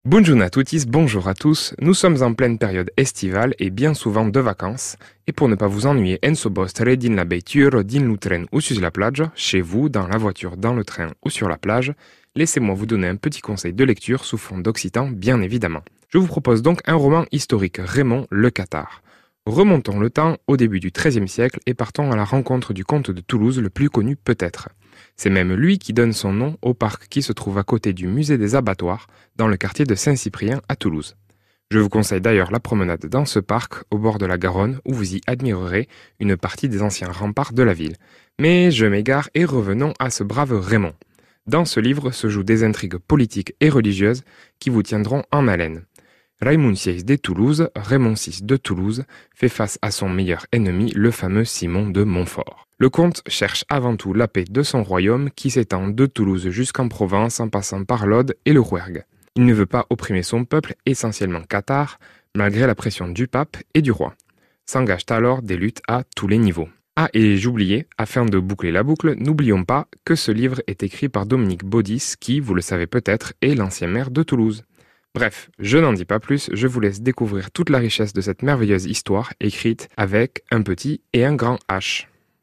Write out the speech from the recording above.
Buongiorno a tutti, bonjour à tous. Nous sommes en pleine période estivale et bien souvent de vacances. Et pour ne pas vous ennuyer, en so vostre, din la beiture, din lu tren ou sur la plage, chez vous, dans la voiture, dans le train ou sur la plage, laissez-moi vous donner un petit conseil de lecture sous fond d'occitan, bien évidemment. Je vous propose donc un roman historique, Raymond le Cathare. Remontons le temps au début du XIIIe siècle et partons à la rencontre du comte de Toulouse, le plus connu peut-être. C'est même lui qui donne son nom au parc qui se trouve à côté du musée des abattoirs, dans le quartier de Saint-Cyprien à Toulouse. Je vous conseille d'ailleurs la promenade dans ce parc, au bord de la Garonne, où vous y admirerez une partie des anciens remparts de la ville. Mais je m'égare et revenons à ce brave Raymond. Dans ce livre se jouent des intrigues politiques et religieuses qui vous tiendront en haleine. Raymond VI de Toulouse, Raymond VI de Toulouse, fait face à son meilleur ennemi, le fameux Simon de Montfort. Le comte cherche avant tout la paix de son royaume qui s'étend de Toulouse jusqu'en Provence en passant par l'Aude et le Rouergue. Il ne veut pas opprimer son peuple, essentiellement cathare, malgré la pression du pape et du roi. S'engagent alors des luttes à tous les niveaux. Ah, et j'oubliais, afin de boucler la boucle, n'oublions pas que ce livre est écrit par Dominique Baudis qui, vous le savez peut-être, est l'ancien maire de Toulouse. Bref, je n'en dis pas plus, je vous laisse découvrir toute la richesse de cette merveilleuse histoire écrite avec un petit et un grand H.